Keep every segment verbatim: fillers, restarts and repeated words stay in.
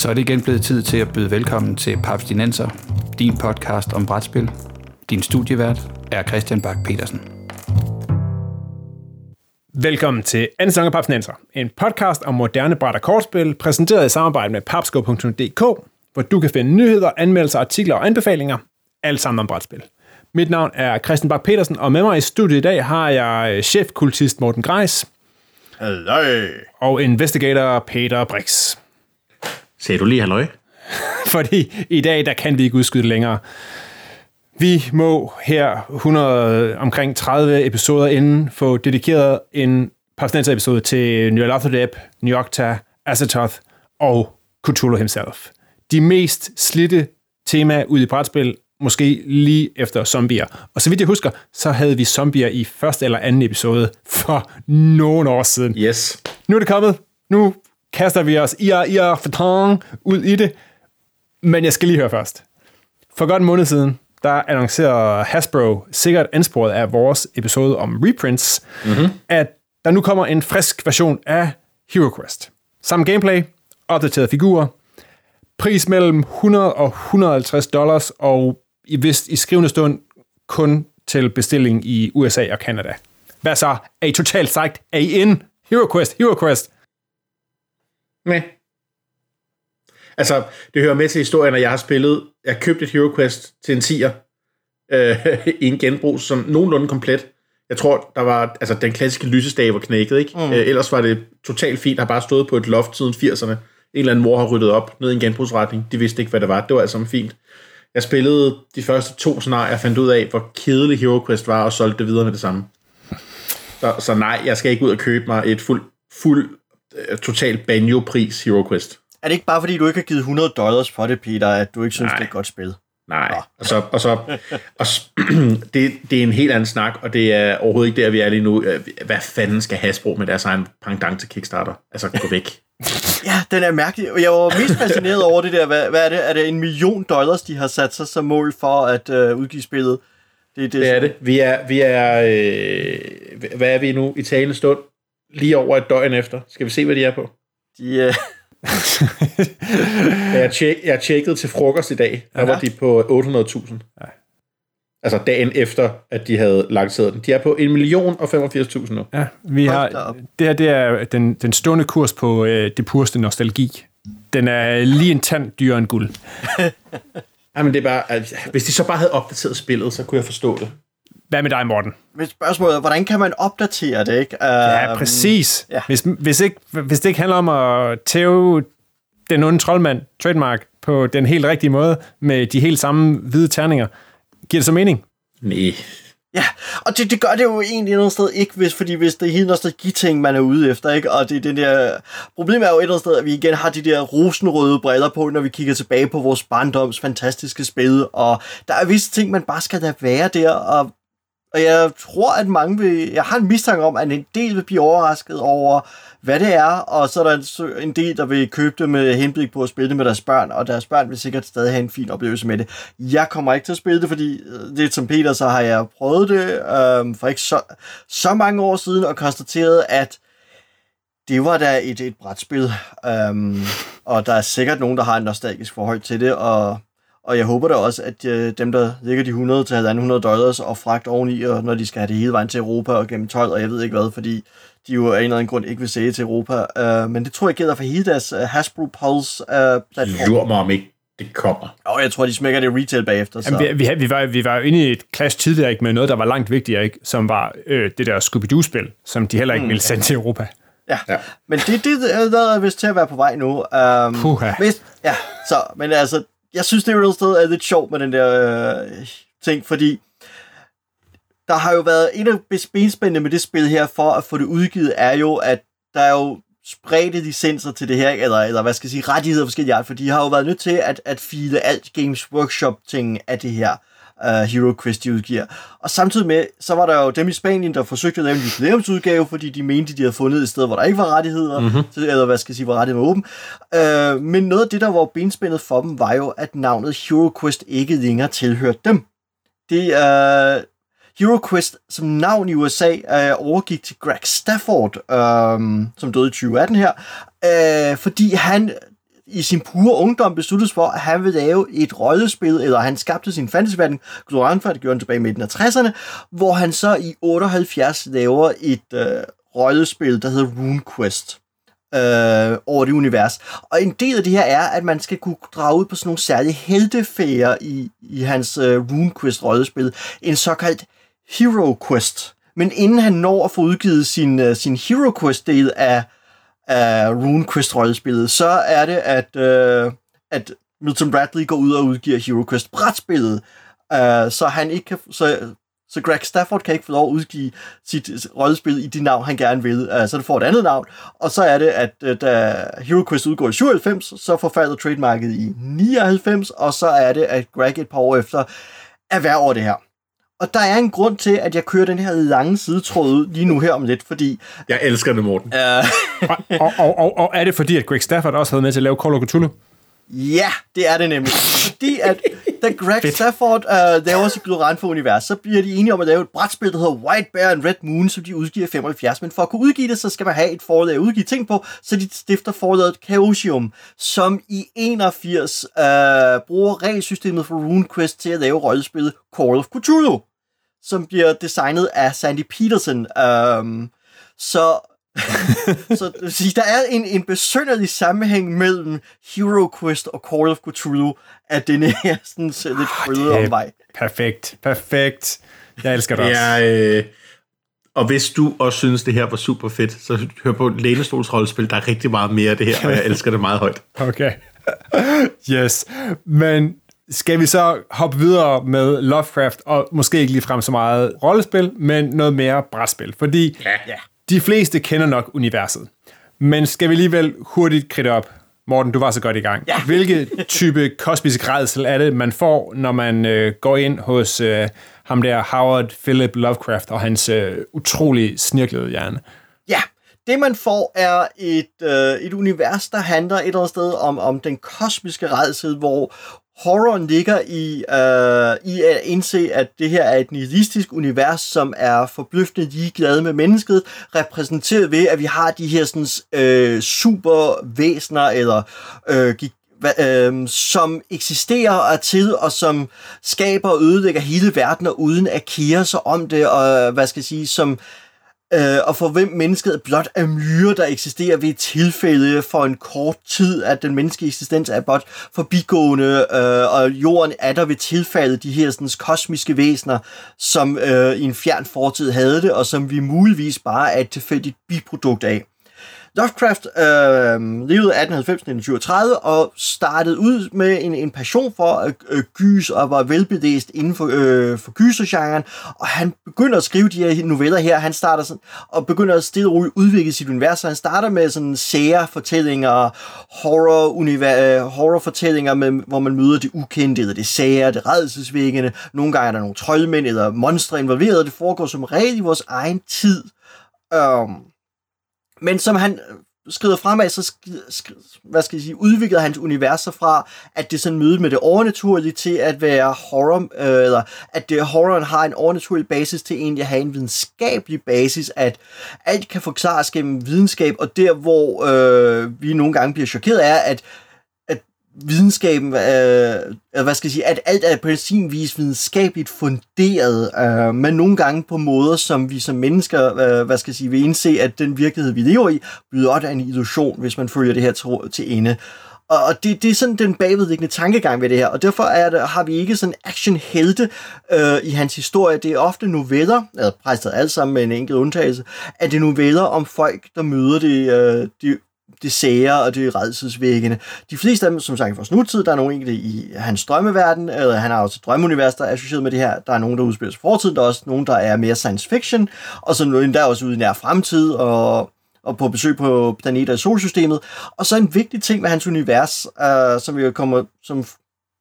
Så er det igen blevet tid til at byde velkommen til Papstinenser, din podcast om brætspil. Din studievært er Christian Bak petersen. Velkommen til anden sæson af Papstinenser, en podcast om moderne bræt- og kortspil, præsenteret i samarbejde med papsko punktum d k, hvor du kan finde nyheder, anmeldelser, artikler og anbefalinger, alt sammen om brætspil. Mit navn er Christian Bak petersen, og med mig i studiet i dag har jeg chefkultist Morten Greis. Halløj. Og investigator Peter Brix. Sagde du lige halløj? Fordi i dag, der kan vi ikke udskyde længere. Vi må her hundrede, omkring tredive episoder inden få dedikeret en Papstinenser-episode til Nyarlathotep, Nokta, Azathoth og Cthulhu himself. De mest slidte temaer ud i brætspil, måske lige efter zombier. Og så vidt jeg husker, så havde vi zombier i første eller anden episode for nogle år siden. Yes. Nu er det kommet. Nu kaster vi os i ir fatang ud i det. Men jeg skal lige høre først. For godt en måned siden, der annoncerede Hasbro, sikkert ansporet af vores episode om reprints, mm-hmm. at der nu kommer en frisk version af HeroQuest. Samme gameplay, opdaterede figurer, pris mellem hundrede og et hundrede og halvtreds dollars, og i vist i skrivende stund kun til bestilling i U S A og Canada. Hvad så? Er I totalt sagt? Er I in? HeroQuest, HeroQuest. Nej. Altså, det hører med til historien, at jeg har spillet, jeg har købt et HeroQuest til en tier øh, i en genbrug, som nogenlunde komplet. Jeg tror, der var, altså den klassiske lysestage var knækket, ikke? Mm. Øh, ellers var det totalt fint, har bare stået på et loft siden firserne. En eller anden mor har ryddet op ned i en genbrugsretning. De vidste ikke, hvad det var. Det var altså fint. Jeg spillede de første to scenarier, fandt ud af, hvor kedelig HeroQuest var, og solgte det videre med det samme. Så, så nej, jeg skal ikke ud og købe mig et fuld, fuld uh, total banjo-pris HeroQuest. Er det ikke bare, fordi du ikke har givet hundrede dollars for det, Peter, at du ikke synes, nej. Det er et godt spil? Nej, Nå. og så, og så og så, det, det er en helt anden snak, og det er overhovedet ikke der, vi er lige nu. Hvad fanden skal Hasbro med deres egen pendant til Kickstarter? Altså, gå væk. Ja, den er mærkelig. Jeg var mest fascineret over det der. Hvad, hvad er det? Er det en million dollars, de har sat sig som mål for at øh, udgive spillet? Det, det, det er det. Vi er, vi er øh, hvad er vi nu i talende stund? Lige over et døgn efter. Skal vi se, hvad de er på? De øh... jeg, tjek, jeg tjekkede til frokost i dag. Der var de på otte hundrede tusind. Ja. Altså dagen efter, at de havde lanceret den. De er på en million og femogfirs tusind nu. Ja, vi har, det her det er den, den stående kurs på øh, det pureste nostalgi. Den er lige en tand dyrere end guld. Jamen det er bare, altså, hvis de så bare havde opdateret spillet, så kunne jeg forstå det. Hvad med dig, Morten? Men spørgsmålet er, hvordan kan man opdatere det, ikke? Uh, ja, præcis. Ja. Hvis, hvis, ikke, hvis det ikke handler om at tæve den onde troldmand, trademark, på den helt rigtige måde, med de helt samme hvide terninger, giver det så mening? Nej. Ja, og det, det gør det jo egentlig et eller andet sted ikke, hvis, fordi hvis det er helt nostalgi-ting, man er ude efter, ikke? Og det, det der... Problemet er jo et eller andet sted, at vi igen har de der rosenrøde briller på, når vi kigger tilbage på vores barndoms fantastiske spil, og der er visse ting, man bare skal lade være der, og Og jeg tror, at mange vil... Jeg har en mistanke om, at en del vil blive overrasket over, hvad det er, og så er der en del, der vil købe det med henblik på at spille det med deres børn, og deres børn vil sikkert stadig have en fin oplevelse med det. Jeg kommer ikke til at spille det, fordi det som Peter, så har jeg prøvet det øhm, for ikke så, så mange år siden, og konstateret, at det var da et, et brætspil, øhm, og der er sikkert nogen, der har en nostalgisk forhold til det, og... Og jeg håber da også, at øh, dem, der ligger de hundrede til halvanden dollars og fragt oveni, og når de skal have det hele vejen til Europa og gennem tolv, og jeg ved ikke hvad, fordi de jo af en eller anden grund ikke vil sælge til Europa. Øh, men det tror jeg gælder for hele deres uh, Hasbro Pulse uh, platform. Lur mig om ikke det kommer. Og jeg tror, de smækker det retail bagefter. Så. Jamen, vi, vi, vi, var, vi var jo inde i et clash tidligere ikke, med noget, der var langt vigtigere, ikke, som var øh, det der Scooby-Doo-spil, som de heller ikke mm. ville sende til Europa. Ja, ja. Men det, det er vist til at være på vej nu. Um, hvis, ja, så, men altså, jeg synes, det er jo et sted er lidt sjovt med den der øh, ting, fordi der har jo været et af det benspændende med det spil her, for at få det udgivet, er jo, at der er jo spredte licenser til det her, eller, eller hvad skal jeg sige, rettigheder forskellige art, for de har jo været nødt til at, at file alt Games Workshop-ting af det her uh, HeroQuest, de udgiver. Og samtidig med, så var der jo dem i Spanien, der forsøgte at lave en jubilæumsudgave, fordi de mente, de havde fundet et sted, hvor der ikke var rettigheder, mm-hmm. til, eller hvad skal jeg sige, hvor rettigheder var åben. Uh, men noget af det, der var benspændet for dem, var jo, at navnet HeroQuest ikke længere tilhørte dem. Det er... Uh, HeroQuest som navn i U S A øh, overgik til Greg Stafford, øh, som døde i tyve atten her, øh, fordi han i sin pure ungdom besluttede for, at han ville lave et rollespil, eller han skabte sin fantasyverden, Glorantha, det gjorde han tilbage i midten af tresserne, hvor han så i otteoghalvfjerds laver et øh, rollespil, der hedder RuneQuest. Øh, over det univers. Og en del af det her er, at man skal kunne drage ud på sådan nogle særlige heltefærer i, i hans øh, RuneQuest-rollespil. En såkaldt Hero Quest. Men inden han når at få udgivet sin, øh, sin Hero Quest-del af, af RuneQuest-rollespillet, så er det, at, øh, at Milton Bradley går ud og udgiver Hero Quest-brætspillet. Øh, så han ikke kan... Så, Så Greg Stafford kan ikke få lov at udgive sit rollespil i de navn, han gerne vil. Uh, så det får et andet navn. Og så er det, at uh, da HeroQuest udgår i syvoghalvfems, så forfalder trademarket i nioghalvfems, og så er det, at Greg et par år efter er værd over det her. Og der er en grund til, at jeg kører den her lange sidetråd ud lige nu her om lidt, fordi... Jeg elsker det, Morten. Uh... og, og, og, og er det fordi, at Greg Stafford også havde med til at lave Call of Cthulhu? Ja, det er det nemlig. Fordi at da Greg Stafford uh, laver sit Glorantha-univers, så bliver de enige om at lave et brætspil, der hedder White Bear and Red Moon, som de udgiver i femoghalvfjerds. Men for at kunne udgive det, så skal man have et forlag at udgive ting på, så de stifter forlaget Chaosium, som i enogfirs uh, bruger regelsystemet for RuneQuest til at lave rollespillet Call of Cthulhu, som bliver designet af Sandy Peterson. Um, så... så der er en, en besynderlig sammenhæng mellem HeroQuest og Call of Cthulhu, at den er sådan lidt krydret om vej. Perfekt, perfekt. Jeg elsker det også. Ja, øh, og hvis du også synes, det her var super fedt, så hør på Lænestolsrollespil. Der er rigtig meget mere af det her, og jeg elsker det meget højt. Okay. Yes. Men skal vi så hoppe videre med Lovecraft, og måske ikke ligefrem så meget rollespil, men noget mere brætspil? Fordi... Ja, ja. De fleste kender nok universet, men skal vi alligevel hurtigt kridte op? Morten, du var så godt i gang. Ja. Hvilke type kosmisk rædsel er det, man får, når man øh, går ind hos øh, ham der Howard Philip Lovecraft og hans øh, utrolig snirklede hjerne? Ja, det man får er et, øh, et univers, der handler et eller andet sted om, om den kosmiske rædsel, hvor horroren ligger i, øh, i at indse, at det her er et nihilistisk univers, som er forbløffende ligeglad med mennesket, repræsenteret ved, at vi har de her sådan, øh, supervæsener, eller øh, øh, som eksisterer og er til, og som skaber og ødelægger hele verden, og uden at kære sig om det, og hvad skal jeg sige, som Uh, og for hvem mennesket er blot er myre, der eksisterer ved et tilfælde for en kort tid, at den menneskelige eksistens er blot forbigående, uh, og jorden er der ved tilfælde de her sådan, kosmiske væsener, som uh, i en fjern fortid havde det, og som vi muligvis bare er et tilfældigt biprodukt af. Lovecraft øh, levede atten halvfems til nitten syvogtredive og startede ud med en, en passion for at øh, gys og var velbelæst inden for, øh, for gysergenren, og han begynder at skrive de her noveller her. Han starter sådan, og begynder at stille og roligt udvikle sit univers, så han starter med sådan sære fortællinger, horror, univer, øh, horrorfortællinger, med, hvor man møder det ukendte, eller det sære, det rædselsvækkende. Nogle gange er der nogle troldmænd eller monstre involveret. Det foregår som regel i vores egen tid. Øh, Men som han skrider fremad, så sk- sk- hvad skal jeg sige, udvikler hans univers sig fra, at det sådan møde med det overnaturlige til at være horror, øh, eller at det, horroren har en overnaturlig basis til egentlig at have en videnskabelig basis, at alt kan forklares gennem videnskab, og der hvor øh, vi nogle gange bliver chokeret er, at videnskaben, øh, hvad skal jeg sige, at alt er på sin vis videnskabeligt funderet, øh, men nogle gange på måder, som vi som mennesker, øh, hvad skal jeg sige, vil indse, at den virkelighed, vi lever i, blot er en illusion, hvis man følger det her til, til ende. Og, og det, det er sådan den bagvedliggende tankegang ved det her, og derfor er det, har vi ikke sådan action-helte øh, i hans historie. Det er ofte noveller, eller præstet alt sammen med en enkelt undtagelse, at det er noveller om folk, der møder det, øh, det det sære og det rædselsvækkende. De fleste af dem, som sagt, i vores nutid, der er nogle enkelte i hans drømmeverden, eller han har også et drømmeunivers, der er associeret med det her. Der er nogen, der udspiller sig fortiden, der er også nogen, der er mere science fiction, og så nogen, der er også ude i nær fremtid, og, og på besøg på planeter i solsystemet. Og så en vigtig ting med hans univers, uh, som vi kommer, som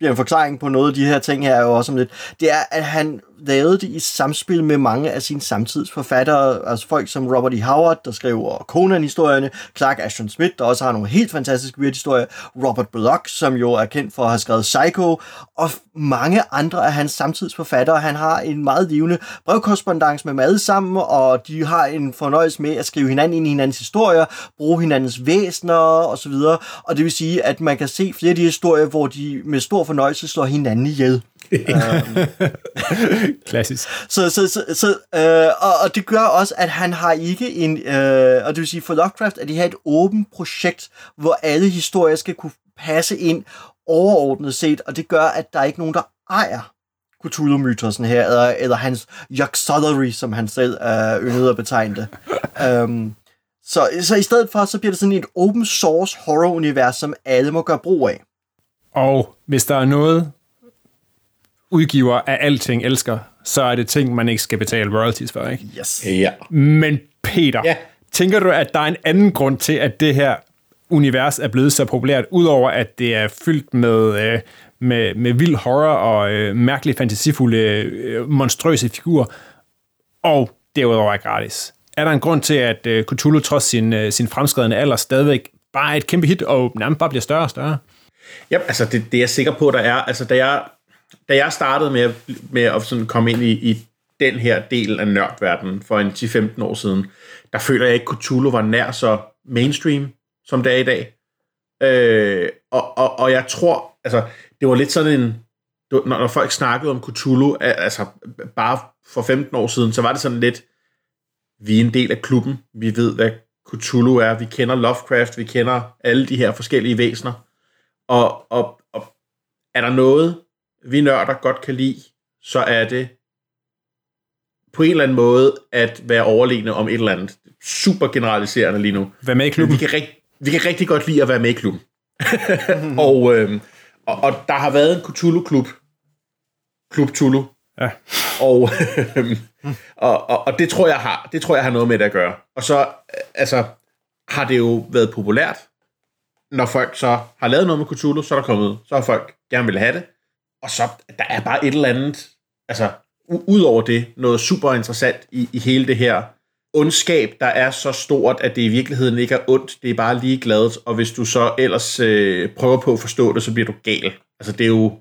bliver en forklaring på noget af de her ting her, er jo også om lidt, det er, at han lavede det i samspil med mange af sine samtidsforfattere, altså folk som Robert E. Howard, der skriver Conan-historierne, Clark Ashton Smith, der også har nogle helt fantastiske weird historier, Robert Bloch, som jo er kendt for at have skrevet Psycho, og mange andre af hans samtidsforfattere. Han har en meget levende brevkorrespondance med dem alle sammen, og de har en fornøjelse med at skrive hinanden ind i hinandens historier, bruge hinandens væsener osv., og det vil sige, at man kan se flere af de historier, hvor de med stor fornøjelse slår hinanden ihjel. um, Klassisk. Så, så, så, så øh, og, og det gør også, at han har ikke en, øh, og det vil sige for Lovecraft, at de har et åbent projekt, hvor alle historier skal kunne passe ind overordnet set, og det gør, at der er ikke nogen, der ejer Cthulhu-mytosen her, eller, eller hans Yuxology, som han selv øh, yndede at betegne det. um, så, så i stedet for, så bliver det sådan et open source horror-univers, som alle må gøre brug af. Og hvis der er noget, udgiver af alting elsker, så er det ting, man ikke skal betale royalties for, ikke? Yes. Ja. Men Peter, Ja. tænker du, at der er en anden grund til, at det her univers er blevet så populært, udover at det er fyldt med, øh, med, med vild horror og øh, mærkeligt fantasifulde, øh, monstrøse figurer, og derudover er gratis? Er der en grund til, at øh, Cthulhu trods sin, øh, sin fremskredende alder stadigvæk bare er et kæmpe hit, og nærmest bare bliver større og større? Ja, altså det, det er jeg sikker på, der er. Altså da jeg, da jeg startede med, med at sådan komme ind i, i den her del af nørdverdenen for en ti til femten år siden, der føler jeg ikke, at Cthulhu var nær så mainstream, som det er i dag. Øh, og, og, og jeg tror, altså det var lidt sådan en, når, når folk snakkede om Cthulhu, altså bare for femten år siden, så var det sådan lidt, vi er en del af klubben, vi ved, hvad Cthulhu er, vi kender Lovecraft, vi kender alle de her forskellige væsener. Og, og, og er der noget, vi nørder godt kan lide, så er det på en eller anden måde at være overlegne om et eller andet. Super generaliserende lige nu. Vær med i klubben. Vi kan, rigt, vi kan rigtig godt lide at være med i klubben. og, øh, og, og der har været en Cthulhu-klub. Klub Tulu. Ja. Og, øh, og, og, og det tror jeg har, det tror jeg har noget med det at gøre. Og så altså, har det jo været populært. Når folk så har lavet noget med Cthulhu, så er der kommet, så har folk gerne vil have det. Og så der er bare et eller andet, altså u- ud over det, noget super interessant i, i hele det her ondskab, der er så stort, at det i virkeligheden ikke er ondt, det er bare lige gladet, og hvis du så ellers øh, prøver på at forstå det, så bliver du gal. Altså det er jo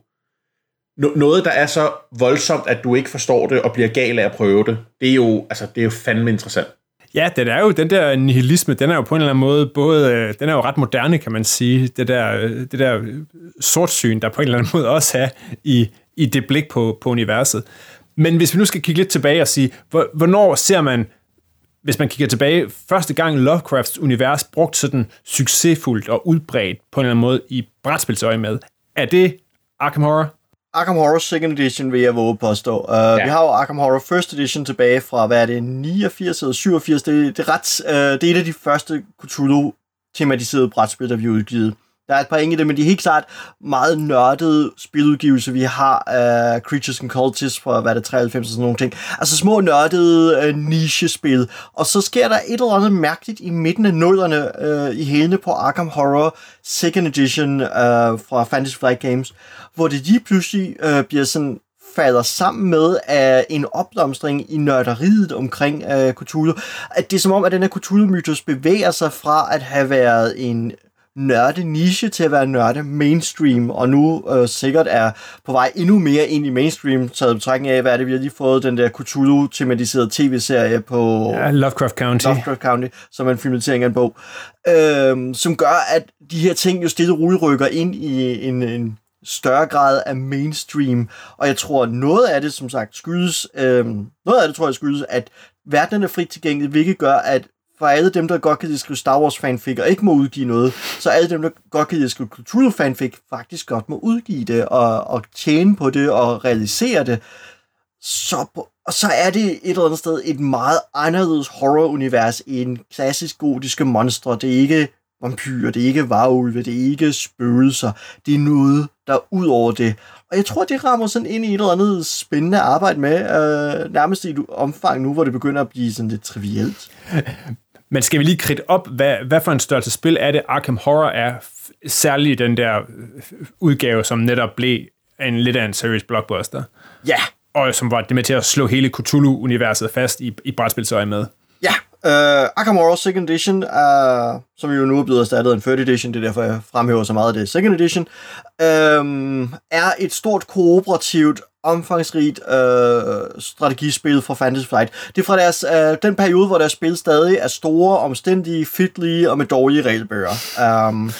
no- noget, der er så voldsomt, at du ikke forstår det, og bliver gal af at prøve det. Det er jo, altså, det er jo fandme interessant. Ja, den er jo, den der nihilisme, den er jo på en eller anden måde både, den er jo ret moderne, kan man sige, det der, det der sortsyn, der på en eller anden måde også er i, i det blik på, på universet. Men hvis vi nu skal kigge lidt tilbage og sige, hvornår ser man, hvis man kigger tilbage, første gang Lovecrafts univers brugt sådan succesfuldt og udbredt på en eller anden måde i brætspilsøje med, er det Arkham Horror? Arkham Horror second Edition vil jeg våge påstå. Uh, ja. Vi har jo Arkham Horror First Edition tilbage fra, hvad er det, niogfirs eller syvogfirs. Det, det, er, ret, uh, det er et af de første Cthulhu-tematiserede brætspil, der bliver udgivet. Der er et par enkelte, men de er helt klart meget nørdede spiludgivelser. Vi har uh, Creatures and Cultists fra, hvad er det, treoghalvfems og sådan nogle ting. Altså små nørdede uh, niche-spil. Og så sker der et eller andet mærkeligt i midten af nullerne uh, i hælene på Arkham Horror second Edition uh, fra Fantasy Flight Games, hvor det lige pludselig uh, bliver sådan falder sammen med uh, en opblomstring i nørderiet omkring uh, Cthulhu. At det er som om, at den her Cthulhu-mytos bevæger sig fra at have været en nørde niche til at være nørde mainstream, og nu øh, sikkert er på vej endnu mere ind i mainstream, taget betragtning af, hvad er det, vi har lige fået den der Cthulhu-tematiserede tv-serie på ja, Lovecraft County. Lovecraft County, som er en filmatisering af en bog, øh, som gør, at de her ting jo stille og roligt rykker ind i en, en større grad af mainstream, og jeg tror, noget af det, som sagt, skyldes, øh, noget af det tror jeg skyldes, at verdenen er frit tilgængelig, hvilket gør, at for alle dem, der godt kan lide at skrive Star Wars fanfic og ikke må udgive noget, så alle dem, der godt kan lide at skrive Cthulhu fanfic, faktisk godt må udgive det og, og tjene på det og realisere det. Så, og så er det et eller andet sted et meget anderledes horror-univers end klassisk gotiske monstre. Det er ikke vampyrer, det er ikke varulve, det er ikke spøgelser. Det er noget, der er ud over det. Og jeg tror, det rammer sådan ind i et eller andet spændende arbejde med, øh, nærmest i et omfang nu, hvor det begynder at blive sådan lidt trivielt. Men skal vi lige kridte op, hvad, hvad for en størrelse spil er det, Arkham Horror er, særligt den der udgave, som netop blev en lidt af en serious blockbuster. Ja. Og som var det med til at slå hele Cthulhu-universet fast i, i brætspilsøje med. Ja, uh, Arkham Horror second Edition, uh, som jo nu er blevet erstattet af en third Edition, det er derfor, jeg fremhæver så meget af det second Edition, uh, er et stort kooperativt, omfangsrigt uh, strategispil fra Fantasy Flight. Det er fra deres, uh, den periode, hvor deres spil stadig er store, omstændige, fedtlige og med dårlige regelbøger. Um,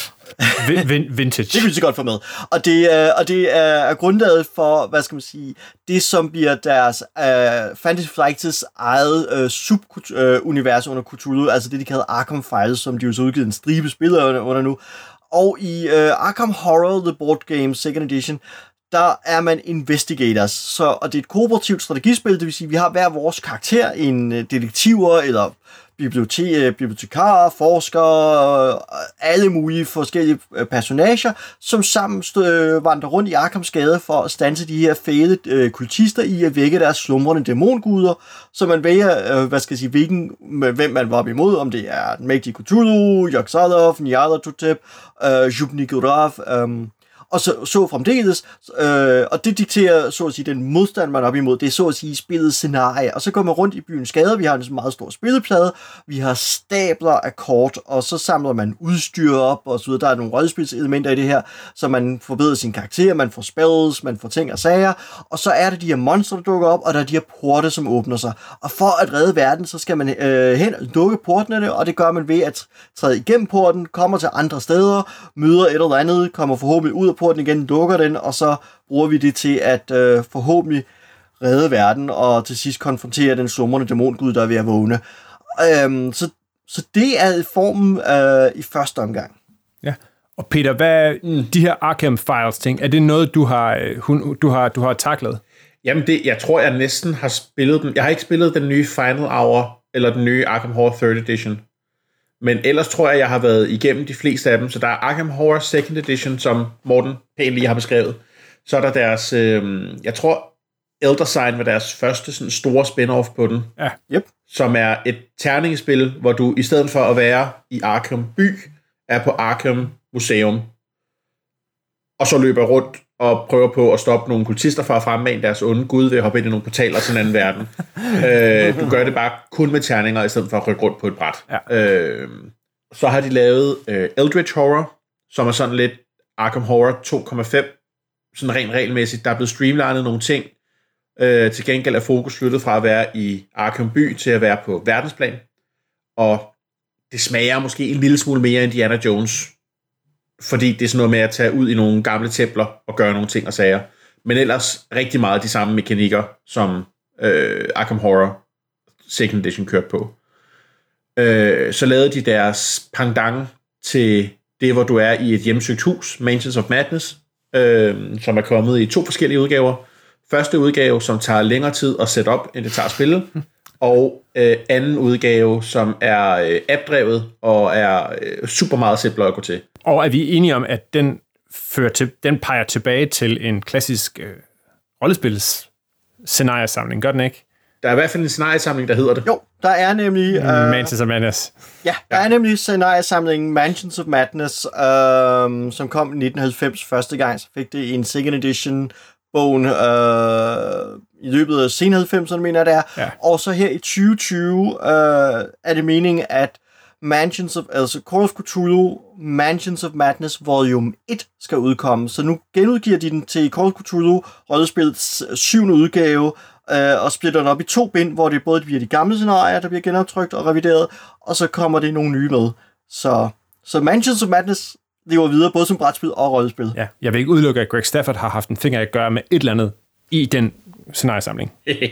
Vintage. Det kan vi så godt få med. Og det, øh, og det er grundlaget for, hvad skal man sige, det som bliver deres øh, Fantasy Flights' eget øh, subunivers øh, under Cthulhu, altså det de kalder Arkham Files, som de jo så udgivet en stribe spillere under, under nu. Og i øh, Arkham Horror, The Board Game second Edition, der er man investigators, så, og det er et kooperativt strategispil, det vil sige, at vi har hver vores karakter, en øh, detektiver eller bibliotek, bibliotekarer, forskere, alle mulige forskellige personager, som sammen stø, vandrer rundt i Arkhams Gade for at standse de her fæle øh, kultister i at vække deres slumrende dæmonguder, så man vælger, øh, hvad skal jeg sige, hvilken, hvem man var op imod, om det er den mægtige Cthulhu, Yog-Sothoth, Nyarlathotep, øh, Jub-Niggurath, øh, og så, så fremdeles, øh, og det dikterer, så at sige, den modstand, man er op imod, det er så at sige spillets scenarie, og så går man rundt i byens gader, vi har en meget stor spilleplade, vi har stabler af kort, og så samler man udstyr op, og så videre, der er nogle rollespilselementer i det her, så man forbedrer sin karakter, man får spells, man får ting og sager, og så er der de her monstre, der dukker op, og der er de her porte, som åbner sig, og for at redde verden, så skal man øh, hen og lukke portene, og det gør man ved at træde igennem porten, kommer til andre steder, møder et eller andet, kommer forhåbentlig ud af porten igen, lukker den, og så bruger vi det til at øh, forhåbentlig redde verden, og til sidst konfrontere den slumrende dæmongud, der er ved at vågne. Øhm, så, så det er formen øh, i første omgang. Ja, og Peter, hvad mm. de her Arkham Files ting, er det noget, du har, hun, du har, du har taklet? Jamen, det, jeg tror, jeg næsten har spillet den. Jeg har ikke spillet den nye Final Hour, eller den nye Arkham Horror third Edition. Men ellers tror jeg, jeg har været igennem de fleste af dem. Så der er Arkham Horror second Edition, som Morten pænt lige har beskrevet. Så er der deres, øh, jeg tror, Elder Sign var deres første sådan store spin-off på den. Ja. Yep. Som er et terningespil, hvor du i stedet for at være i Arkham by, er på Arkham Museum. Og så løber rundt og prøver på at stoppe nogle kultister fra at fremmane deres onde gud ved at hoppe ind i nogle portaler til en anden verden. øh, du gør det bare kun med terninger, i stedet for at rykke rundt på et bræt. Ja. Øh, så har de lavet øh, Eldritch Horror, som er sådan lidt Arkham Horror to komma fem, sådan rent regelmæssigt. Der er blevet streamlinet nogle ting. Øh, til gengæld er fokus flyttet fra at være i Arkham by til at være på verdensplan. Og det smager måske en lille smule mere Indiana Jones, fordi det er sådan noget med at tage ud i nogle gamle templer og gøre nogle ting og sager. Men ellers rigtig meget de samme mekanikker, som øh, Arkham Horror second Edition kørte på. Øh, så lavede de deres pendant til det, hvor du er i et hjemsøgt hus, Mansions of Madness, øh, som er kommet i to forskellige udgaver. Første udgave, som tager længere tid at sætte op, end det tager at spille, og øh, anden udgave, som er øh, app-drevet og er øh, super meget simpelt at gå til. Og er vi enige om, at den, fører til, den peger tilbage til en klassisk øh, rollespils scenariesamling, gør den ikke? Der er i hvert fald en scenariesamling, der hedder det. Jo, der er nemlig... Uh, Mansions of Madness. Ja, der ja. er nemlig scenariesamlingen Mansions of Madness, uh, som kom i nitten halvfems første gang, så fik det en second edition bogen øh, i løbet af sen halvfemserne, mener jeg det er. Ja. Og så her i tyve tyve øh, er det meningen, at Mansions of, altså Call of Cthulhu, Mansions of Madness Volume et skal udkomme. Så nu genudgiver de den til Call of Cthulhu, rollespillets syvende udgave, øh, og splitter den op i to bind, hvor det både bliver de gamle scenarier, der bliver genoptrykt og revideret, og så kommer det nogle nye med. Så, så Mansions of Madness lever videre, både som brætspil og rollespil. Ja, jeg vil ikke udelukke, at Greg Stafford har haft en finger at gøre med et eller andet i den scenariesamling.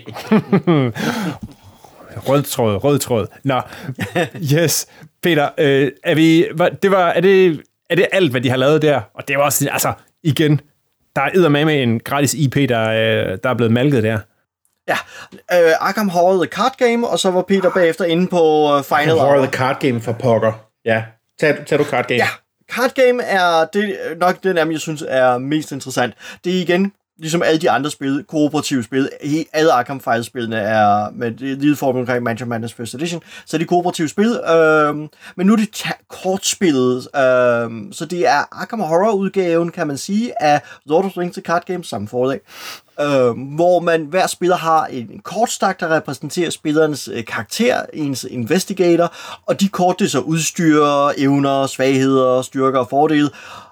Rød tråd, rød tråd. Nå, yes. Peter, øh, er, vi, det var, er, det, er det alt, hvad de har lavet der? Og det var også, altså, igen, der er eddermame en gratis I P, der, øh, der er blevet malket der. Ja, øh, Arkham Horror The Card Game, og så var Peter bagefter inde på uh, Final Arkham Horror The Card Game for pokker. Ja, tag, tag du Card Game. Ja, Card Game er det, nok det, jeg synes er mest interessant. Det er igen ligesom alle de andre spil, kooperative spil, alle Arkham Files-spillene er med det lille form omkring Mansion Madness First Edition, så er de kooperative spil, øh, men nu er det ta- kortspillet, øh, så det er Arkham Horror-udgaven, kan man sige, af Lord of the Rings The Card Game, samme forlag, øh, hvor man, hver spiller har en, en kortstak, der repræsenterer spillerens øh, karakter, ens investigator, og de kort, det så udstyr, evner, svagheder, styrker og fordele.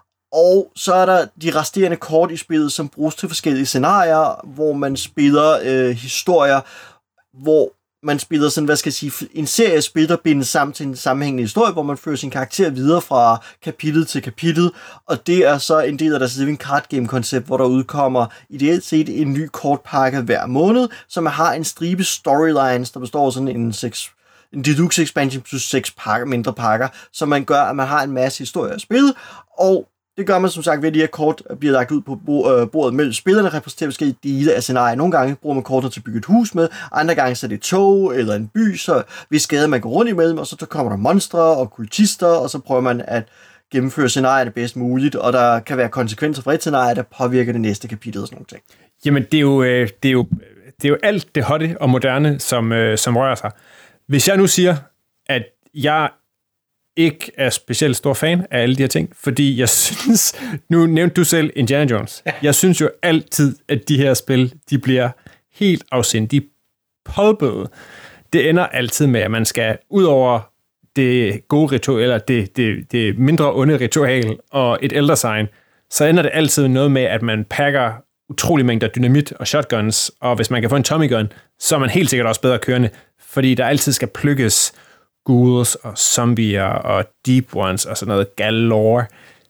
Og så er der de resterende kort i spillet, som bruges til forskellige scenarier, hvor man spiller øh, historier, hvor man spiller sådan, hvad skal jeg sige, en serie spil, der bindes sammen til en sammenhængende historie, hvor man fører sin karakter videre fra kapitel til kapitel, og det er så en del af deres living card game koncept, hvor der udkommer ideelt set en ny kortpakke hver måned, som har en stribe storylines, der består af sådan en seks en deluxe expansion plus seks pakker, mindre pakker, som man gør, at man har en masse historier at spille, og det gør man som sagt ved, at de her kort bliver lagt ud på bordet mellem spillerne, repræsenterer forskellige dele af scenariet. Nogle gange bruger man kortet til at bygge et hus med, andre gange så er det et tog eller en by, så hvis skade man går rundt imellem, og så kommer der monstre og kultister, og så prøver man at gennemføre scenariet bedst muligt, og der kan være konsekvenser fra et scenarie, der påvirker det næste kapitel og sådan nogle ting. Jamen, det er jo, det er jo, det er jo alt det hotte og moderne, som, som rører sig. Hvis jeg nu siger, at jeg ikke er specielt stor fan af alle de her ting, fordi jeg synes, nu nævnte du selv Indiana Jones, jeg synes jo altid, at de her spil, de bliver helt afsindige pulpede. Det ender altid med, at man skal ud over det gode ritual, eller det, det, det mindre onde ritual og et elder sign, så ender det altid noget med, at man pakker utrolig mængder dynamit og shotguns, og hvis man kan få en Tommy gun, så er man helt sikkert også bedre kørende, fordi der altid skal plukkes ghouls og zombier og deep ones og sådan noget galore.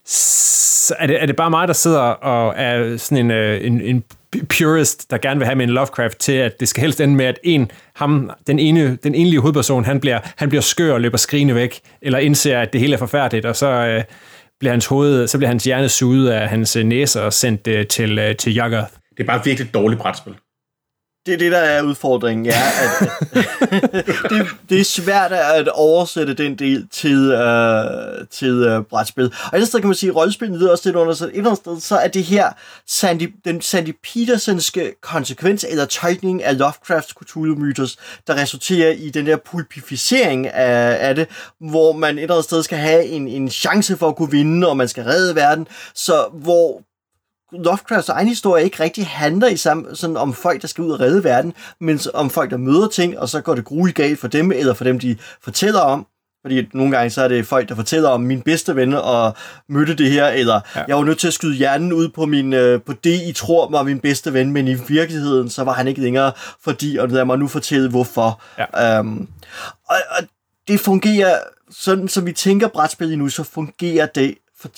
Så er det, er det bare mig, der sidder og er sådan en, en, en purist, der gerne vil have med en Lovecraft til, at det skal helst ende med, at en, ham, den, ene, den enlige hovedperson, han bliver, han bliver skør og løber skrigende væk, eller indser, at det hele er forfærdeligt, og så øh, bliver hans hoved, så bliver hans hjerne suget af hans næse og sendt øh, til, øh, til Yuggoth. Det er bare virkelig et dårligt brætspil. Det er det, der er udfordringen, ja. At, det, det er svært at oversætte den del til, uh, til uh, brætspil. Og et andet sted kan man sige, at rollespil lyder også lidt under, så et andet sted, så er det her Sandy, den Sandy Petersenske konsekvens eller tolkning af Lovecrafts Cthulhu-mytos, der resulterer i den der pulpificering af, af det, hvor man et eller andet sted skal have en, en chance for at kunne vinde, og man skal redde verden, så hvor Lovecrafts egen historie ikke rigtig handler i sammen, sådan om folk, der skal ud og redde verden, men om folk, der møder ting, og så går det grueligt galt for dem, eller for dem, de fortæller om. Fordi nogle gange så er det folk, der fortæller om min bedste ven og mødte det her, eller ja. Jeg var nødt til at skyde hjernen ud på, min, på det, I tror var min bedste ven, men i virkeligheden, så var han ikke længere, fordi, og lad mig nu fortælle, hvorfor. Ja. Um, og, og det fungerer, sådan som vi tænker brætspil nu, så fungerer det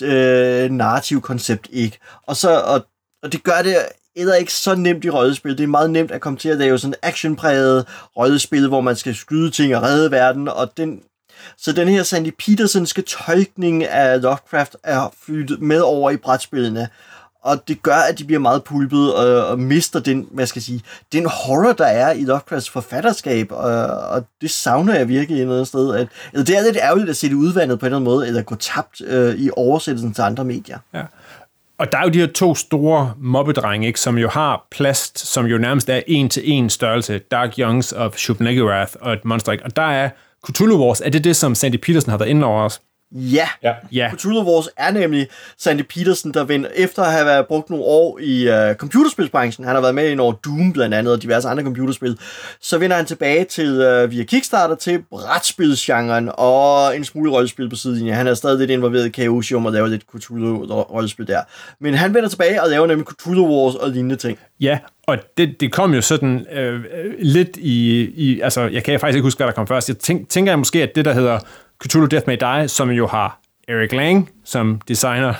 Øh, narrativ koncept ikke. Og, så, og, og det gør det eller ikke så nemt i rollespil. Det er meget nemt at komme til at lave sådan actionpræget rollespil, hvor man skal skyde ting og redde verden, og den, så den her Sandy Petersenske tolkning af Lovecraft er flyttet med over i brætspillene, og det gør, at de bliver meget pulpet og, og mister den, hvad skal jeg sige, den horror, der er i Lovecrafts forfatterskab, og, og det savner jeg virkelig et eller andet sted. At, eller det er lidt ærgerligt at se det udvandet på en eller anden måde, eller gå tabt øh, i oversættelsen til andre medier. Ja. Og der er jo de her to store mobbedrenge, ikke, som jo har plast, som jo nærmest er en til en størrelse, Dark Youngs of Shub-Niggurath og et monster, ikke? Og der er Cthulhu Wars, er det det, som Sandy Petersen har været inde over os? Ja, ja. ja. Cthulhu Wars er nemlig Sandy Petersen, der vender, efter at have været brugt nogle år i uh, computerspilsbranchen, han har været med i over Doom blandt andet, og diverse andre computerspil, så vender han tilbage til uh, via Kickstarter til brætspilsgenren og en smule rollespil på sidelinjen. Han er stadig lidt involveret i Chaosium og laver lidt Cthulhu-rollespil der. Men han vender tilbage og laver nemlig Cthulhu Wars og lignende ting. Ja, og det, det kom jo sådan øh, lidt i, i, altså jeg kan faktisk ikke huske, hvad der kom først. Jeg tænk, tænker jeg måske, at det der hedder Cthulhu Death May Die, som jo har Eric Lang som designer,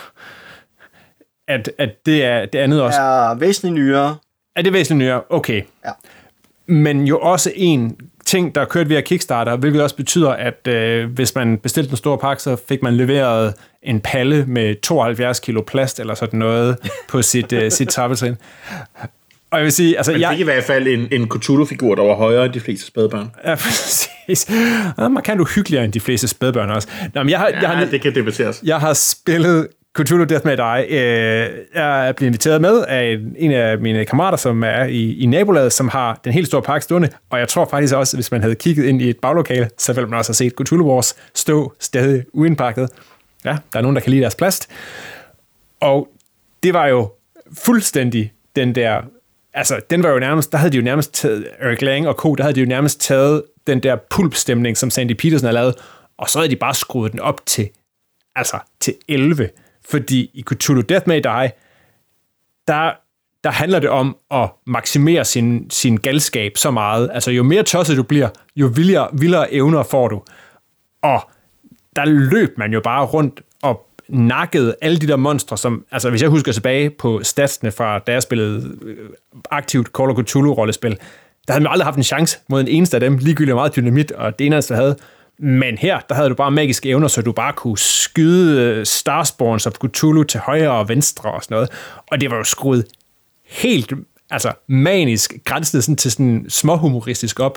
at, at det er det andet også. Er væsentligt nyere. Er det væsentligt nyere? Okay. Ja. Men jo også en ting, der er kørt via Kickstarter, hvilket også betyder, at øh, hvis man bestilte en stor pakke, så fik man leveret en palle med tooghalvfjerds kilo plast eller sådan noget på sit, øh, sit trappetrin. Og jeg vil sige, altså, man fik jeg, i hvert fald en, en Cthulhu-figur, der var højere end de fleste spædbørn. Ja, præcis. Man kan du hyggeligere end de fleste spædbørn også. Nå, men jeg har, ja, jeg har, det kan debatteres. Jeg har spillet Cthulhu Death May Die. Øh, jeg er blevet inviteret med af en, en af mine kammerater, som er i, i nabolaget, som har den helt store pakke stående, og jeg tror faktisk også, hvis man havde kigget ind i et baglokale, så ville man også have set Cthulhu Wars stå stadig uindpakket. Ja, der er nogen, der kan lide deres plast. Og det var jo fuldstændig den der... Altså, den var jo nærmest... Der havde de jo nærmest taget... Eric Lang og co., der havde de jo nærmest taget den der pulpstemning, som Sandy Petersen har lavet, og så havde de bare skruet den op til... Altså, til elleve. Fordi i Cthulhu Death May Die, der, der handler det om at maksimere sin, sin galskab så meget. Altså, jo mere tosset du bliver, jo vildere, vildere evner får du. Og der løb man jo bare rundt og nakkede alle de der monstre, som, altså hvis jeg husker tilbage på statsene fra, da jeg spillede aktivt Call of Cthulhu-rollespil, der havde man aldrig haft en chance mod en eneste af dem, ligegyldigt meget dynamit, og det eneste, der havde. Men her, der havde du bare magiske evner, så du bare kunne skyde Starspawns og Cthulhu til højre og venstre og sådan noget. Og det var jo skruet helt, altså manisk, grænset sådan til sådan småhumoristisk op.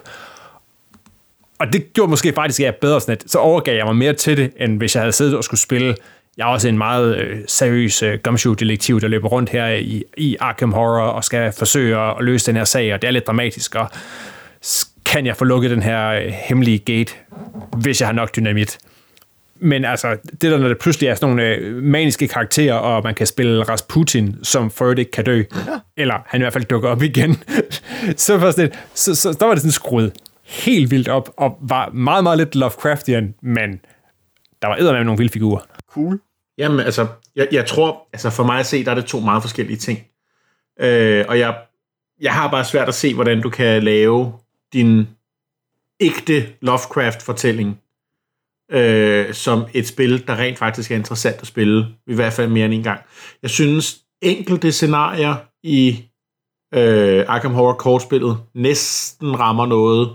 Og det gjorde måske faktisk, at jeg bedre sådan, at så overgav jeg mig mere til det, end hvis jeg havde siddet og skulle spille. Jeg er også en meget øh, seriøs øh, gumshoe-detektiv, der løber rundt her i, i Arkham Horror og skal forsøge at løse den her sag, og det er lidt dramatisk, og kan jeg få lukket den her øh, hemmelige gate, hvis jeg har nok dynamit. Men altså, det der, når det pludselig er sådan nogle øh, maniske karakterer, og man kan spille Rasputin, som for øvrigt ikke kan dø, ja. Eller han i hvert fald dukker op igen, så, for sådan, så, så der var det sådan skruet helt vildt op, og var meget, meget lidt Lovecraftian, men der var eddermame nogle vilde figurer. Cool. Jamen, altså, jeg, jeg tror, altså for mig at se, der er det to meget forskellige ting. Øh, og jeg, jeg har bare svært at se, hvordan du kan lave din ægte Lovecraft-fortælling øh, som et spil, der rent faktisk er interessant at spille, i hvert fald mere end en gang. Jeg synes, enkelte scenarier i øh, Arkham Horror-kortspillet næsten rammer noget,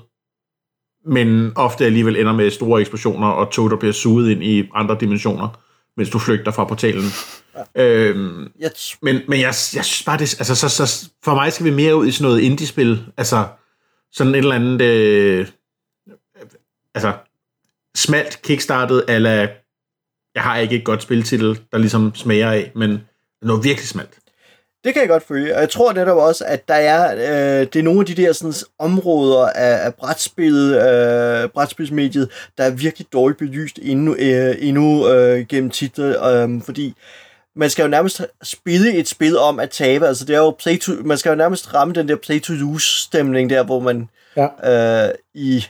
men ofte alligevel ender med store eksplosioner og tog, der bliver suget ind i andre dimensioner, mens du flygter fra portalen. Ja. Øhm, yes. Men, men jeg, jeg synes bare, det, altså, så, så, for mig skal vi mere ud i sådan noget indie-spil. Altså sådan et eller andet øh, altså smalt kickstartet, eller jeg har ikke et godt spiltitel, der ligesom smager af, men noget virkelig smalt. Det kan jeg godt følge, og jeg tror netop også, at der er, øh, det er nogle af de der sådan, områder af, af brætspillet, øh, brætspilsmediet, der er virkelig dårligt belyst endnu, øh, endnu øh, gennem titler, øh, fordi man skal jo nærmest spille et spil om at tabe, altså det er jo play to, man skal jo nærmest ramme den der play-to-lose-stemning der, hvor man ja. øh, i,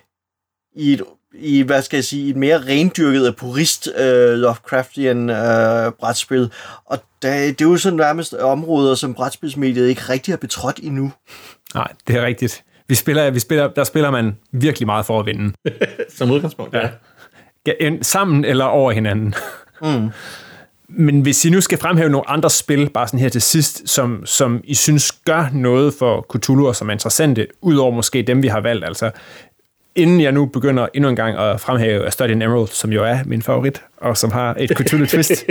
i et i, hvad skal jeg sige, et mere rendyrket purist øh, Lovecraftian øh, brætspil. Og det, det er jo sådan nærmest områder, som brætspilsmediet ikke rigtig har betrådt endnu. Nej, det er rigtigt. Vi spiller, vi spiller, der spiller man virkelig meget for at vinde. Som udgangspunkt, ja. ja. Sammen eller over hinanden. Mm. Men hvis I nu skal fremhæve nogle andre spil, bare sådan her til sidst, som, som I synes gør noget for Cthulhu, og som er interessante, udover måske dem, vi har valgt, altså inden jeg nu begynder endnu en gang at fremhæve Astardian Emerald, som jo er min favorit, og som har et Cthulhu-twist,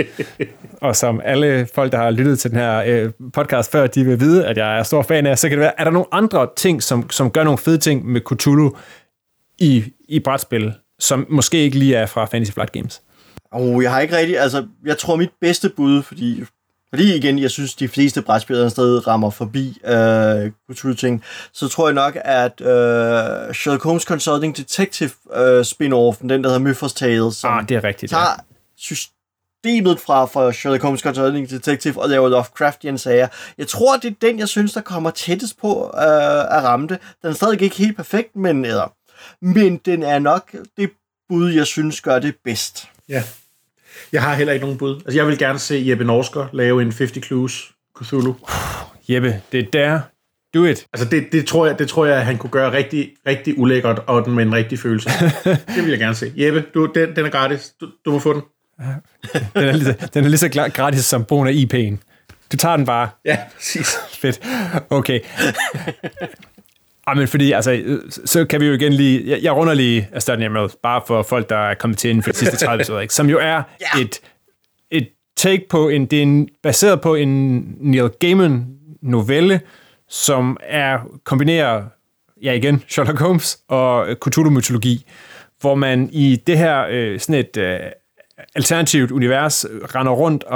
og som alle folk, der har lyttet til den her øh, podcast før, de vil vide, at jeg er stor fan af, så kan det være, er der nogle andre ting, som, som gør nogle fede ting med Cthulhu i, i brætspil, som måske ikke lige er fra Fantasy Flight Games? Oh, jeg har ikke rigtig, altså, jeg tror mit bedste bud, fordi Fordi igen, jeg synes, de fleste brætspillere stadig rammer forbi øh, Cthulhu-ting, så tror jeg nok, at øh, Sherlock Holmes Consulting Detective øh, spin-offen, den der hedder Mythos Tales, som ah, det er rigtigt, tager ja. systemet fra, fra Sherlock Holmes Consulting Detective og laver Lovecraftian sager. Jeg tror, det er den, jeg synes, der kommer tættest på øh, at ramme det. Den er stadig ikke helt perfekt, men, eller, men den er nok det bud, jeg synes, gør det bedst. Ja. Jeg har heller ikke nogen bud. Altså, jeg vil gerne se Jeppe Norsker lave en halvtreds Clues Cthulhu. Uh, Jeppe, det er der. Do it. Altså, det, det, tror jeg, det tror jeg, han kunne gøre rigtig, rigtig ulækkert, og den med en rigtig følelse. Det vil jeg gerne se. Jeppe, du, den, den er gratis. Du, du må få den. Den er, lige, den er lige så gratis som brugen af I P'en. Du tager den bare. Ja, præcis. Fedt. Okay. Men fordi, altså, så kan vi jo igen lige, jeg, jeg runder lige Astardian Emerald, bare for folk, der er kommet til inden for de sidste tredive episoder, ikke? Som jo er yeah. et, et take på, en, det er en, baseret på en Neil Gaiman novelle, som er, kombinerer, ja igen, Sherlock Holmes og Cthulhu-mytologi, hvor man i det her, øh, sådan et øh, alternativt univers, render rundt og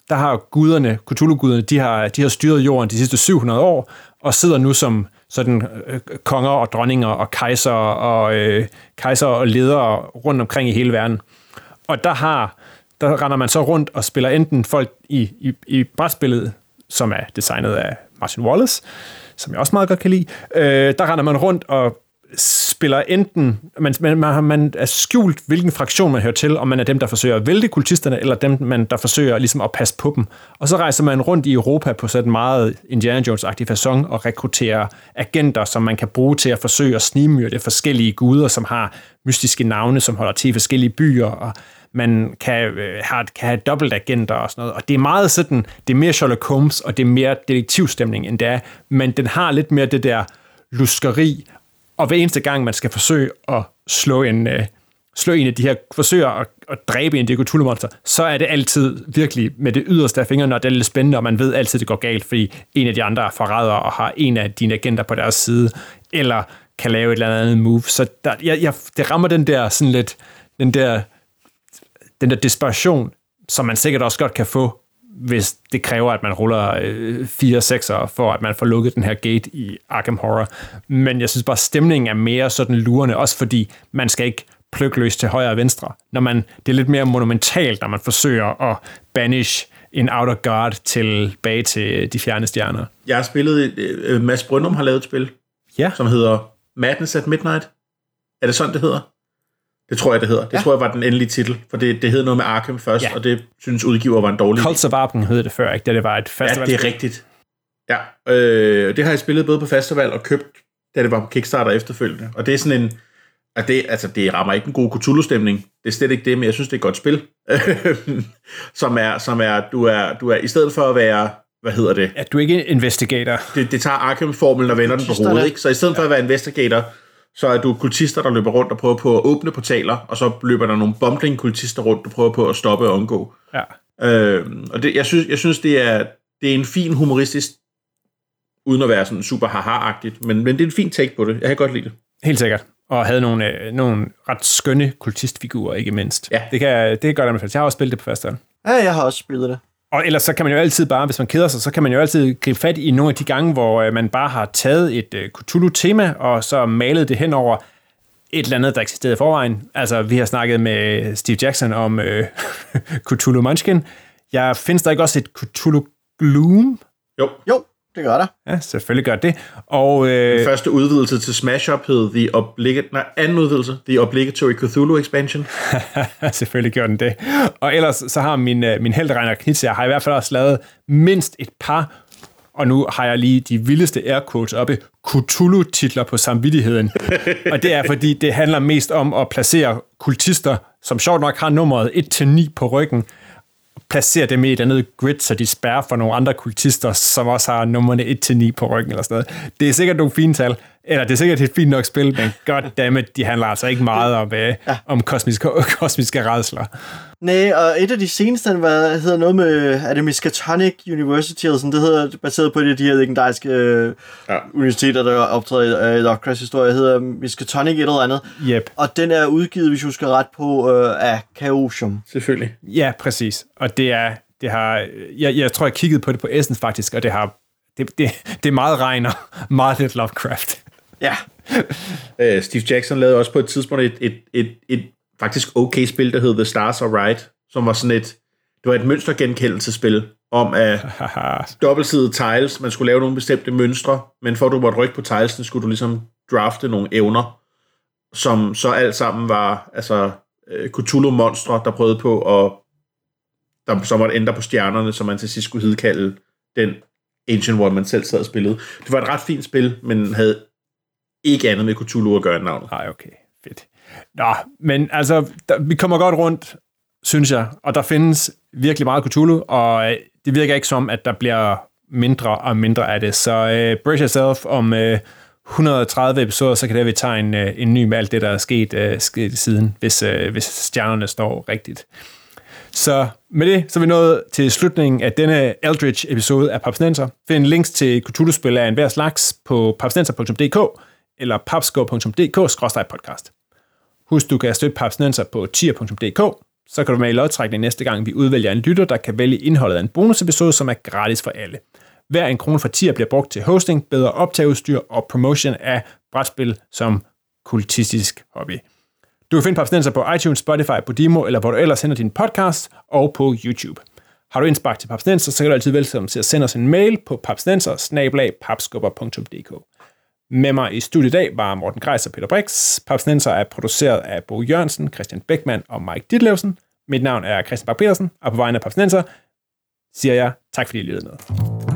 der har guderne, Cthulhu-guderne, de har, de har styret jorden de sidste syv hundrede år, og sidder nu som sådan øh, konger og dronninger og kejser og, øh, kejser og ledere rundt omkring i hele verden. Og der har der render man så rundt og spiller enten folk i, i, i brætspillet, som er designet af Martin Wallace, som jeg også meget godt kan lide. Øh, der render man rundt og spiller enten, man, man, man er skjult, hvilken fraktion man hører til, om man er dem, der forsøger at vælte kultisterne, eller dem, man, der forsøger ligesom at passe på dem. Og så rejser man rundt i Europa på sådan meget Indiana Jones-agtig facon og rekrutterer agenter, som man kan bruge til at forsøge at snigmyrde forskellige guder, som har mystiske navne, som holder til i forskellige byer, og man kan, øh, have, kan have dobbeltagenter og sådan noget. Og det er meget sådan, det er mere Sherlock Holmes, og det er mere detektivstemning, end det er, men den har lidt mere det der luskeri, og hver eneste gang, man skal forsøge at slå en, øh, slå en af de her forsøger at, at dræbe en af de Cthulhu-monster, så er det altid virkelig med det yderste af fingrene, og det er lidt spændende, og man ved altid, det går galt, fordi en af de andre er forræder og har en af dine agenter på deres side, eller kan lave et eller andet move. Så der, jeg, jeg, det rammer den der sådan lidt, den der, den der desperation, som man sikkert også godt kan få, hvis det kræver, at man ruller øh, fire sekser for, at man får lukket den her gate i Arkham Horror. Men jeg synes bare, stemningen er mere sådan lurende, også fordi man skal ikke plukke løs til højre og venstre. Når man, det er lidt mere monumentalt, når man forsøger at banish en outer guard tilbage til de fjerne stjerner. Jeg har spillet, øh, Mads Brøndum har lavet et spil, ja. som hedder Madness at Midnight. Er det sådan, det hedder? Det tror jeg, det hedder. Det ja. tror jeg var den endelige titel, for det, det hed noget med Arkham først, ja. og det synes udgiver var en dårlig. Cults of Arkham hed det før, ikke? Da det var et festival. Ja, det er rigtigt. Ja, øh, det har jeg spillet både på festival og købt, da det var på Kickstarter efterfølgende. Og det er sådan en, at det, altså det rammer ikke en god Cthulhu-stemning. Det er slet ikke det, men jeg synes, det er et godt spil. som er, som er, du er, du er, i stedet for at være, hvad hedder det? Ja, du er ikke en investigator. Det, det tager Arkham-formelen og vender den på hovedet, ikke? Så i stedet for at være investigator, så er du kultister, der løber rundt og prøver på at åbne portaler, og så løber der nogle bumbling-kultister rundt, der prøver på at stoppe og undgå. Ja. Øh, og det, jeg synes, jeg synes det, er, det er en fin humoristisk, uden at være sådan super haha-agtigt, men, men det er en fin take på det. Jeg kan godt lide det. Helt sikkert. Og havde nogle, øh, nogle ret skønne kultistfigurer, ikke mindst. Ja. Det kan, det kan godt anbefales. Jeg har også spillet det på festivalen. Ja, jeg har også spillet det. Og ellers så kan man jo altid bare, hvis man keder sig, så kan man jo altid gribe fat i nogle af de gange, hvor man bare har taget et uh, Cthulhu-tema, og så malet det hen over et eller andet, der eksisterede i forvejen. Altså, vi har snakket med Steve Jackson om uh, Cthulhu Munchkin. Jeg findes der ikke også et Cthulhu Gloom? Jo. Jo, det gør der. Ja, selvfølgelig gør det. Og, øh, den første udvidelse til Smash Up hed The Obligatory... Nej, anden udvidelse. The Obligatory Cthulhu Expansion. Selvfølgelig gør den det. Og ellers så har min, min heldregner Knitz, jeg har i hvert fald også lavet mindst et par, og nu har jeg lige de vildeste air quotes oppe, Cthulhu-titler på samvittigheden. Og det er, fordi det handler mest om at placere kultister, som sjovt nok har nummeret et til ni på ryggen, placere dem i et andet grid, så de spærrer for nogle andre kultister, som også har nummerne et til ni på ryggen eller sådan noget. Det er sikkert nogle fine tal, eller det er sikkert et fint nok spil, men goddammit, de handler altså ikke meget om, øh, ja. om kosmiske, kosmiske rædsler. Nej, og et af de seneste, hvad hedder noget med, er det Miskatonic University, eller sådan, det hedder, baseret på det af de her legendariske øh, ja. universiteter, der optræder i Lovecrafts historie, hedder Miskatonic et eller andet. Yep. Og den er udgivet, hvis du skal ret på, øh, af Chaosium. Selvfølgelig. Ja, præcis. Og det er, det har, jeg, jeg tror, jeg kiggede på det på Essence faktisk, og det har, det, det, det er meget regner, meget lidt Lovecraft. Ja. uh, Steve Jackson lavede også på et tidspunkt et, et, et, et faktisk okay spil, der hed The Stars Are Right, som var sådan et, det var et mønstergenkendelsespil om at dobbeltsidede tiles, man skulle lave nogle bestemte mønstre, men for at du måtte rykke på tilesene, skulle du ligesom drafte nogle evner, som så alt sammen var altså Cthulhu-monstre, der prøvede på at der så måtte ændre på stjernerne, så man til sidst skulle hedkalde den Ancient One, man selv sad og spillede. Det var et ret fint spil, men havde ikke andet med Cthulhu at gøre end navnet. Nej, okay. Fedt. Nå, men altså, der, vi kommer godt rundt, synes jeg, og der findes virkelig meget Cthulhu, og øh, det virker ikke som, at der bliver mindre og mindre af det. Så øh, brace yourself om øh, et hundrede og tredive episoder, så kan det, vi tage en, øh, en ny med alt det, der er sket, øh, sket siden, hvis, øh, hvis stjernerne står rigtigt. Så med det, så er vi nået til slutningen af denne Eldritch-episode af Papsnenser. Find links til Cthulhu-spil af enhver slags på papsnenser punktum d k eller papsko punktum d k skråstreg podcast. Husk, du kan støtte Papsnenser på tier punktum d k så kan du være med i lodtrækning næste gang, vi udvælger en lytter, der kan vælge indholdet af en bonusepisode, som er gratis for alle. Hver en krone for tier bliver brugt til hosting, bedre optageudstyr og promotion af brætspil som kultistisk hobby. Du kan finde Papsnenser på iTunes, Spotify, Podimo, eller hvor du ellers sender din podcast, og på YouTube. Har du indspark til Papsnenser, så kan du altid velkommen til at sende os en mail på papsnenser snabel-a papskubber punktum d k. Med mig i studiet i dag var Morten Greis og Peter Brix. Papsnenser er produceret af Bo Jørgensen, Christian Beckmann og Mike Ditlevsen. Mit navn er Christian Bak Petersen, og på vegne af Papsnenser siger jeg tak fordi I lyttede med.